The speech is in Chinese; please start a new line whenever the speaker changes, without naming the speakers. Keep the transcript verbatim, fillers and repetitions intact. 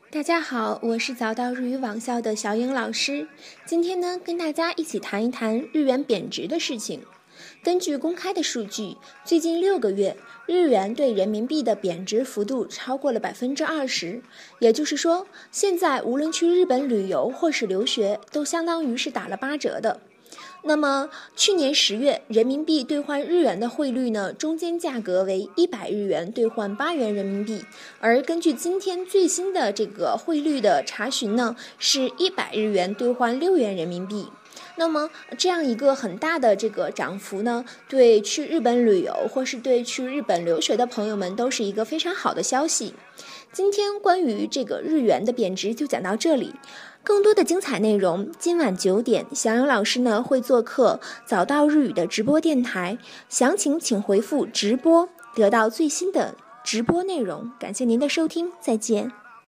大家好，我是早稻日语网校的小颖老师。今天呢，跟大家一起谈一谈日元贬值的事情。根据公开的数据，最近六个月，日元对人民币的贬值幅度超过了百分之二十。也就是说，现在无论去日本旅游或是留学，都相当于是打了八折的。那么去年十月，人民币兑换日元的汇率呢，中间价格为一百日元兑换八元人民币，而根据今天最新的这个汇率的查询呢，是一百日元兑换六元人民币。那么这样一个很大的这个涨幅呢，对去日本旅游或是对去日本留学的朋友们都是一个非常好的消息。今天关于这个日元的贬值就讲到这里，更多的精彩内容，今晚九点，小颖老师呢会做客早稻日语的直播电台，详情请回复直播，得到最新的直播内容。感谢您的收听，再见。